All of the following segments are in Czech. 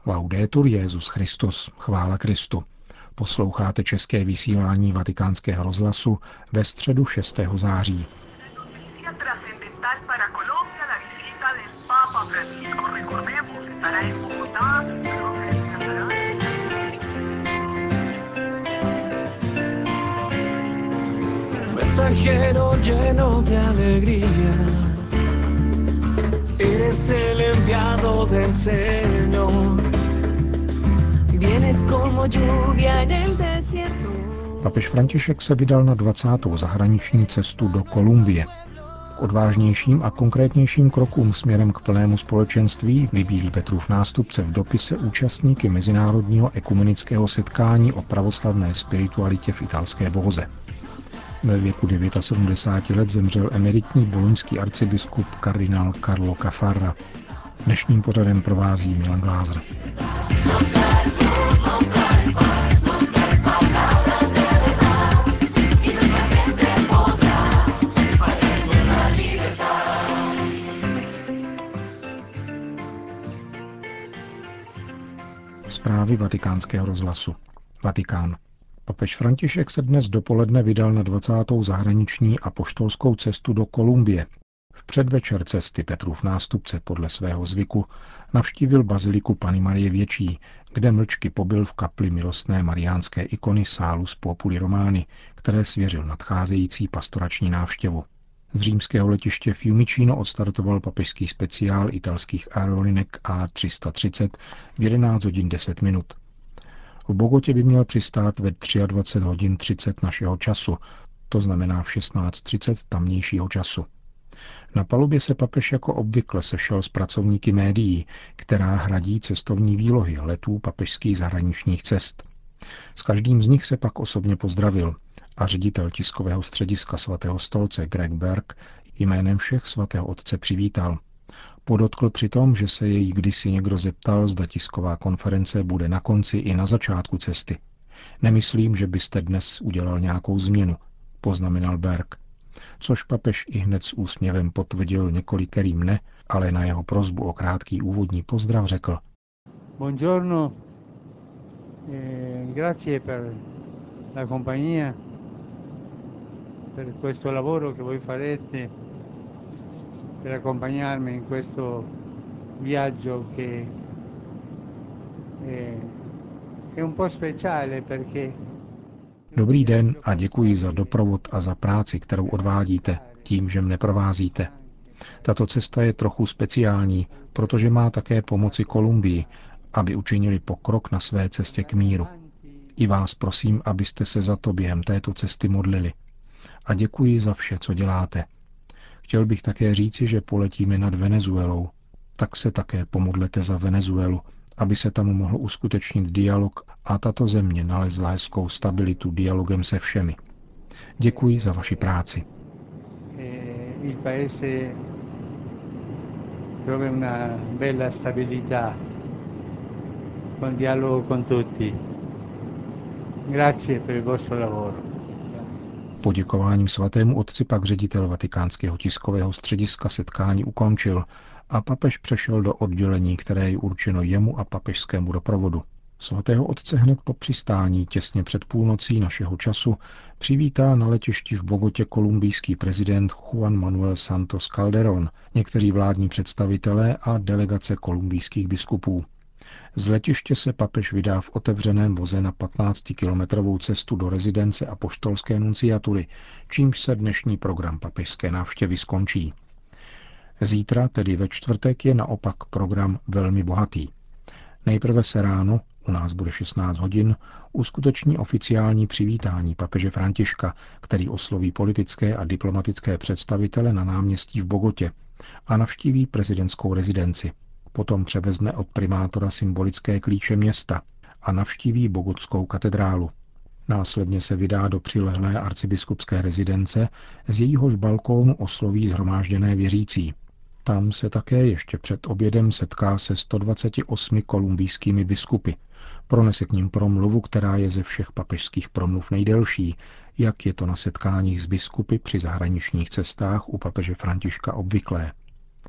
Laudetur Jesus Christus, chvála Kristu. Posloucháte české vysílání Vatikánského rozhlasu ve středu 6. září. Mensajero lleno de alegría, eres el enviado del Señor, vienes como lluvia en el desierto. Papež František se vydal na 20. zahraniční cestu do Kolumbie. K odvážnějším a konkrétnějším krokům směrem k plnému společenství vybízí Petrův nástupce v dopise účastníky mezinárodního ekumenického setkání o pravoslavné spiritualitě v italské Boze. Ve věku 79 let zemřel emeritní boloňský arcibiskup kardinál Carlo Caffarra. Dnešním pořadem provází Milan Glázer. Zprávy Vatikánského rozhlasu. Vatikán. Papež František se dnes dopoledne vydal na 20. zahraniční apoštolskou cestu do Kolumbie. V předvečer cesty Petrův nástupce podle svého zvyku navštívil baziliku Panny Marie Větší, kde mlčky pobyl v kapli milostné mariánské ikony Salus Populi Romani, které svěřil nadcházející pastorační návštěvu. Z římského letiště Fiumicino odstartoval papežský speciál italských aerolinek A330 v 11 hodin 10 minut. V Bogotě by měl přistát ve 23 hodin 30 našeho času, to znamená v 16:30 tamnějšího času. Na palubě se papež jako obvykle sešel s pracovníky médií, která hradí cestovní výlohy letů papežských zahraničních cest. S každým z nich se pak osobně pozdravil a ředitel tiskového střediska Svatého stolce Greg Berg jménem všech Svatého otce přivítal. Podotkl přitom, že se jej kdysi někdo zeptal, zda tisková konference bude na konci i na začátku cesty. Nemyslím, že byste dnes udělal nějakou změnu, poznamenal Berg. Což papež i hned s úsměvem potvrdil několikerým ne, ale na jeho prosbu o krátký úvodní pozdrav řekl: Buongiorno, grazie per la compagnia, per questo lavoro che voi farete, per accompagnarmi in questo viaggio che è un po' speciale perché. Dobrý den a děkuji za doprovod a za práci, kterou odvádíte, tím, že mne provázíte. Tato cesta je trochu speciální, protože má také pomoci Kolumbii, aby učinili pokrok na své cestě k míru. I vás prosím, abyste se za to během této cesty modlili. A děkuji za vše, co děláte. Chtěl bych také říci, že poletíme nad Venezuelou. Tak se také pomodlete za Venezuelu, aby se tam mohl uskutečnit dialog a tato země nalezla hezkou stabilitu dialogem se všemi. Děkuji za vaši práci. Il paese trova una bella stabilità con dialogo con tutti. Grazie per il vostro lavoro. Poděkováním svatému otci pak ředitel Vatikánského tiskového střediska setkání ukončil a papež přešel do oddělení, které je určeno jemu a papežskému doprovodu. Svatého otce hned po přistání těsně před půlnocí našeho času přivítá na letišti v Bogotě kolumbijský prezident Juan Manuel Santos Calderón, někteří vládní představitelé a delegace kolumbijských biskupů. Z letiště se papež vydá v otevřeném voze na 15kilometrovou cestu do rezidence apoštolské nunciatury, čímž se dnešní program papežské návštěvy skončí. Zítra, tedy ve čtvrtek, je naopak program velmi bohatý. Nejprve se ráno, u nás bude 16 hodin, uskuteční oficiální přivítání papeže Františka, který osloví politické a diplomatické představitele na náměstí v Bogotě a navštíví prezidentskou rezidenci. Potom převezme od primátora symbolické klíče města a navštíví Bogotskou katedrálu. Následně se vydá do přilehlé arcibiskupské rezidence, z jejíhož balkónu osloví shromážděné věřící. Tam se také ještě před obědem setká se 128 kolumbijskými biskupy. Pronese k nim promluvu, která je ze všech papežských promluv nejdelší, jak je to na setkáních s biskupy při zahraničních cestách u papeže Františka obvyklé.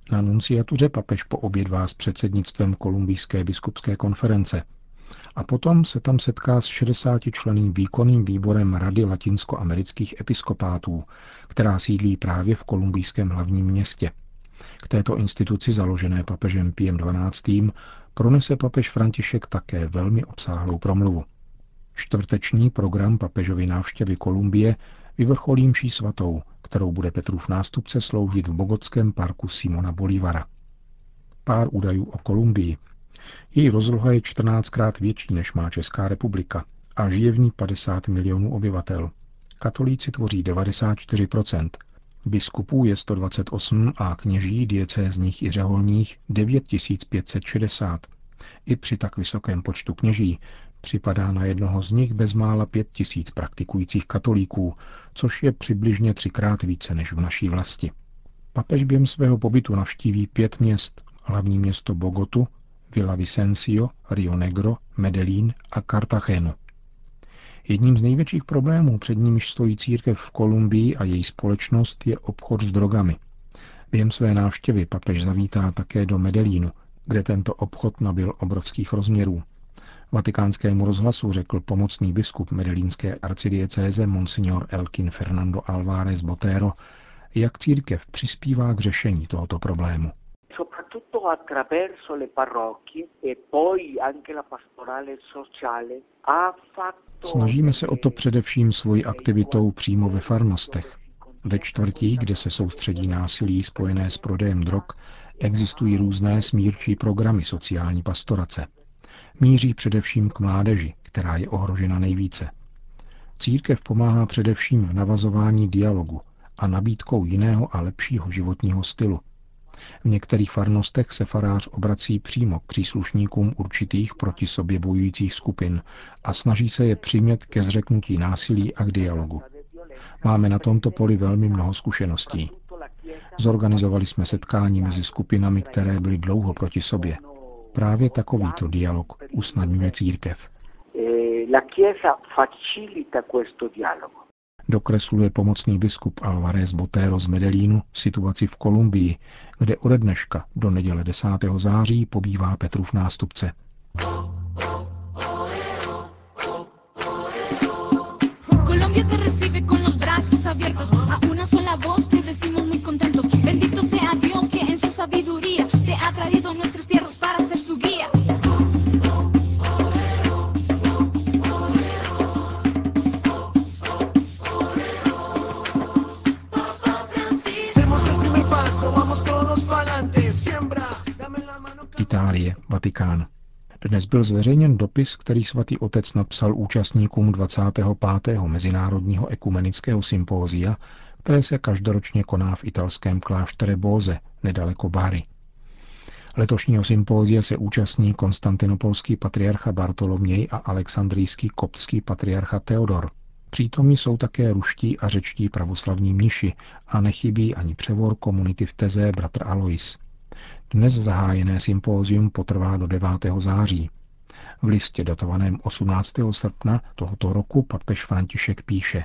Na nunciatuře papež poobědvá s předsednictvem Kolumbijské biskupské konference a potom se tam setká s 60členným výkonným výborem Rady latinskoamerických episkopátů, která sídlí právě v kolumbijském hlavním městě. K této instituci, založené papežem Piem XII., pronese papež František také velmi obsáhlou promluvu. Čtvrteční program papežovy návštěvy Kolumbie vyvrcholí mší svatou, kterou bude Petrův nástupce sloužit v bogotském parku Simona Bolívara. Pár údajů o Kolumbii. Její rozloha je 14krát větší, než má Česká republika a žije v ní 50 milionů obyvatel. Katolíci tvoří 94%, biskupů je 128 a kněží diecézních i řeholních 9560. I při tak vysokém počtu kněží připadá na jednoho z nich bezmála 5000 praktikujících katolíků, což je přibližně 3krát více než v naší vlasti. Papež během svého pobytu navštíví 5 měst, hlavní město Bogotu, Villavicencio, Rio Negro, Medellín a Cartagenu. Jedním z největších problémů, před nimiž stojí církev v Kolumbii a její společnost, je obchod s drogami. Během své návštěvy papež zavítá také do Medellínu, kde tento obchod nabyl obrovských rozměrů. Vatikánskému rozhlasu řekl pomocný biskup medellínské arcidiecéze monsignor Elkin Fernando Álvarez Botero, jak církev přispívá k řešení tohoto problému. Snažíme se o to především svojí aktivitou přímo ve farnostech. Ve čtvrtí, kde se soustředí násilí spojené s prodejem drog, existují různé smírčí programy sociální pastorace. Míří především k mládeži, která je ohrožena nejvíce. Církev pomáhá především v navazování dialogu a nabídkou jiného a lepšího životního stylu. V některých farnostech se farář obrací přímo k příslušníkům určitých proti sobě bojujících skupin a snaží se je přimět ke zřeknutí násilí a k dialogu. Máme na tomto poli velmi mnoho zkušeností. Zorganizovali jsme setkání mezi skupinami, které byly dlouho proti sobě. Právě takovýto dialog usnadňuje církev. Dokresluje pomocný biskup Álvarez Botero z Medellínu situaci v Kolumbii, kde ode dneška do neděle 10. září pobývá Petrův nástupce. Itálie, Vatikán. Dnes byl zveřejněn dopis, který svatý otec napsal účastníkům 25. Mezinárodního ekumenického sympózia, které se každoročně koná v italském kláštere Bose, nedaleko Bari. Letošního sympózia se účastní konstantinopolský patriarcha Bartoloměj a alexandrijský koptský patriarcha Theodor. Přítomní jsou také ruští a řečtí pravoslavní mniši a nechybí ani převor komunity v Teze bratr Alois. Dnes zahájené sympózium potrvá do 9. září. V listě datovaném 18. srpna tohoto roku papež František píše: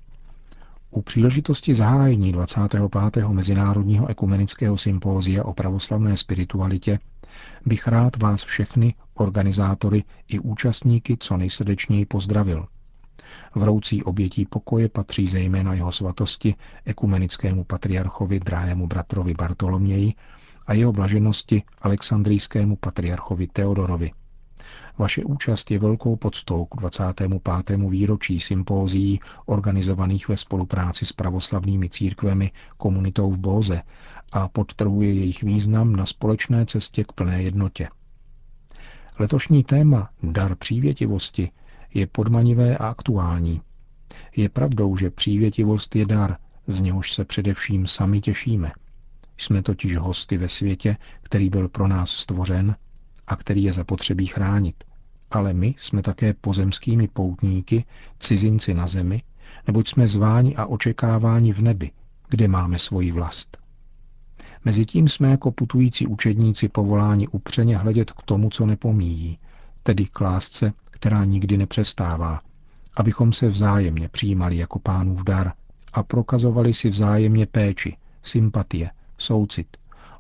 U příležitosti zahájení 25. Mezinárodního ekumenického sympózia o pravoslavné spiritualitě bych rád vás všechny, organizátory i účastníky, co nejsrdečněji pozdravil. Vroucí obětí pokoje patří zejména jeho svatosti ekumenickému patriarchovi drahému bratrovi Bartoloměji a jeho blaženosti alexandrijskému patriarchovi Theodorovi. Vaše účast je velkou poctou k 25. výročí sympózií organizovaných ve spolupráci s pravoslavnými církvemi komunitou v Bóze a podtrhuje jejich význam na společné cestě k plné jednotě. Letošní téma Dar přívětivosti je podmanivé a aktuální. Je pravdou, že přívětivost je dar, z něhož se především sami těšíme. Jsme totiž hosty ve světě, který byl pro nás stvořen a který je zapotřebí chránit. Ale my jsme také pozemskými poutníky, cizinci na zemi, neboť jsme zváni a očekáváni v nebi, kde máme svoji vlast. Mezitím jsme jako putující učedníci povoláni upřeně hledět k tomu, co nepomíjí, tedy k lásce, která nikdy nepřestává, abychom se vzájemně přijímali jako Pánův dar a prokazovali si vzájemně péči, sympatie, soucit,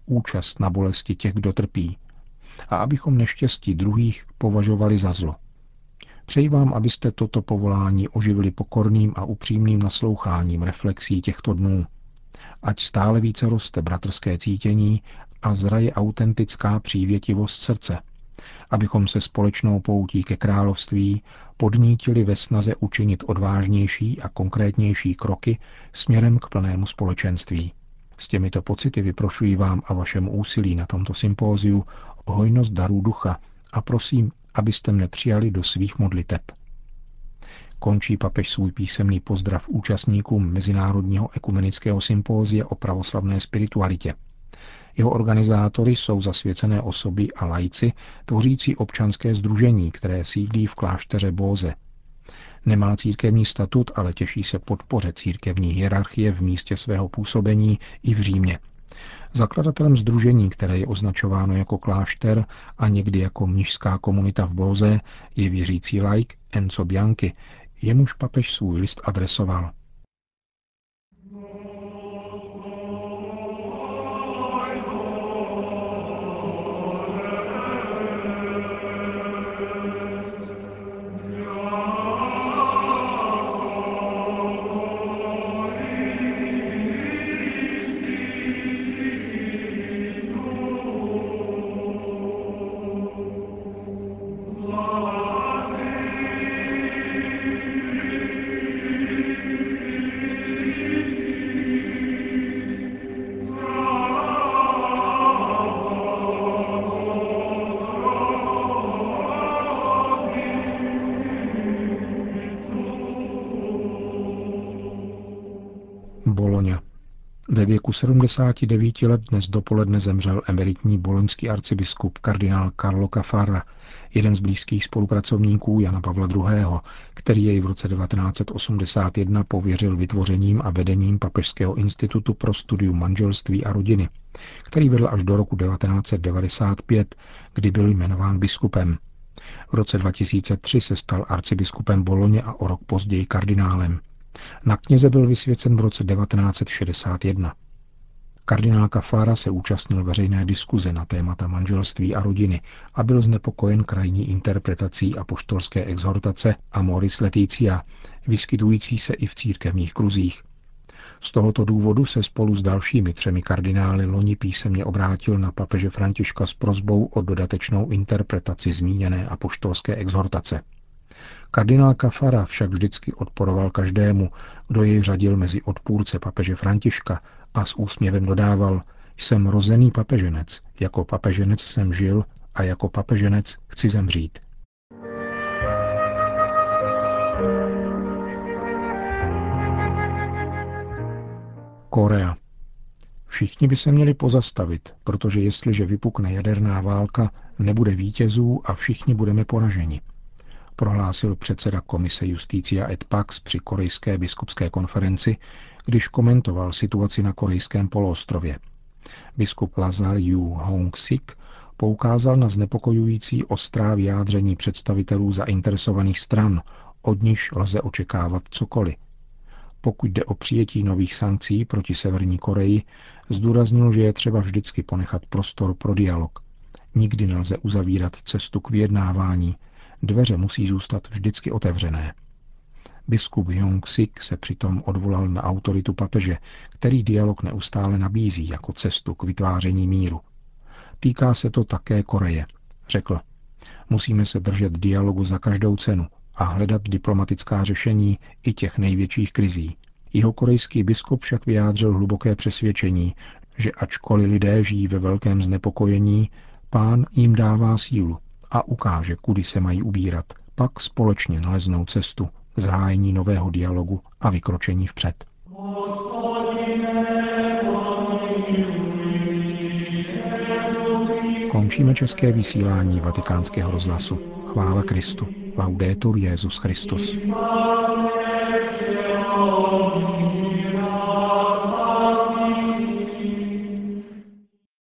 účast na bolesti těch, kdo trpí, a abychom neštěstí druhých považovali za zlo. Přeji vám, abyste toto povolání oživili pokorným a upřímným nasloucháním reflexí těchto dnů. Ať stále více roste bratrské cítění a zraje autentická přívětivost srdce, abychom se společnou poutí ke království podnítili ve snaze učinit odvážnější a konkrétnější kroky směrem k plnému společenství. S těmito pocity vyprošuji vám a vašemu úsilí na tomto sympóziu hojnost darů ducha a prosím, abyste mne přijali do svých modliteb. Končí papež svůj písemný pozdrav účastníkům Mezinárodního ekumenického sympózia o pravoslavné spiritualitě. Jeho organizátory jsou zasvěcené osoby a laici, tvořící občanské sdružení, které sídlí v klášteře Bóze. Nemá církevní statut, ale těší se podpoře církevní hierarchie v místě svého působení i v Římě. Zakladatelem sdružení, které je označováno jako klášter a někdy jako mnišská komunita v Bóze, je věřící laik Enzo Bianchi, jemuž papež svůj list adresoval. Bologna. Ve věku 79 let dnes dopoledne zemřel emeritní boloňský arcibiskup kardinál Carlo Caffarra, jeden z blízkých spolupracovníků Jana Pavla II., který jej v roce 1981 pověřil vytvořením a vedením Papežského institutu pro studium manželství a rodiny, který vedl až do roku 1995, kdy byl jmenován biskupem. V roce 2003 se stal arcibiskupem Boloně a o rok později kardinálem. Na kněze byl vysvěcen v roce 1961. Kardinál Caffarra se účastnil veřejné diskuze na témata manželství a rodiny a byl znepokojen krajní interpretací apoštolské exhortace Amoris Laetitia, vyskytující se i v církevních kruzích. Z tohoto důvodu se spolu s dalšími 3 kardinály loni písemně obrátil na papeže Františka s prosbou o dodatečnou interpretaci zmíněné apoštolské exhortace. Kardinál Caffarra však vždycky odporoval každému, kdo jej řadil mezi odpůrce papeže Františka a s úsměvem dodával: jsem rozený papeženec, jako papeženec jsem žil a jako papeženec chci zemřít. Korea. Všichni by se měli pozastavit, protože jestliže vypukne jaderná válka, nebude vítězů a všichni budeme poraženi, prohlásil předseda komise Justitia et Pax při korejské biskupské konferenci, když komentoval situaci na korejském poloostrově. Biskup Lazar Yu Hong-sik poukázal na znepokojující ostrá vyjádření představitelů zainteresovaných stran, od nichž lze očekávat cokoliv. Pokud jde o přijetí nových sankcí proti Severní Koreji, zdůraznil, že je třeba vždycky ponechat prostor pro dialog. Nikdy nelze uzavírat cestu k vyjednávání, dveře musí zůstat vždycky otevřené. Biskup Jong-sik se přitom odvolal na autoritu papeže, který dialog neustále nabízí jako cestu k vytváření míru. Týká se to také Koreje, řekl. Musíme se držet dialogu za každou cenu a hledat diplomatická řešení i těch největších krizí. Jihokorejský biskup však vyjádřil hluboké přesvědčení, že ačkoliv lidé žijí ve velkém znepokojení, Pán jim dává sílu a ukáže, kudy se mají ubírat, pak společně naleznou cestu k zahájení nového dialogu a vykročení vpřed. Končíme české vysílání Vatikánského rozhlasu. Chvála Kristu. Laudetur Jesus Christus.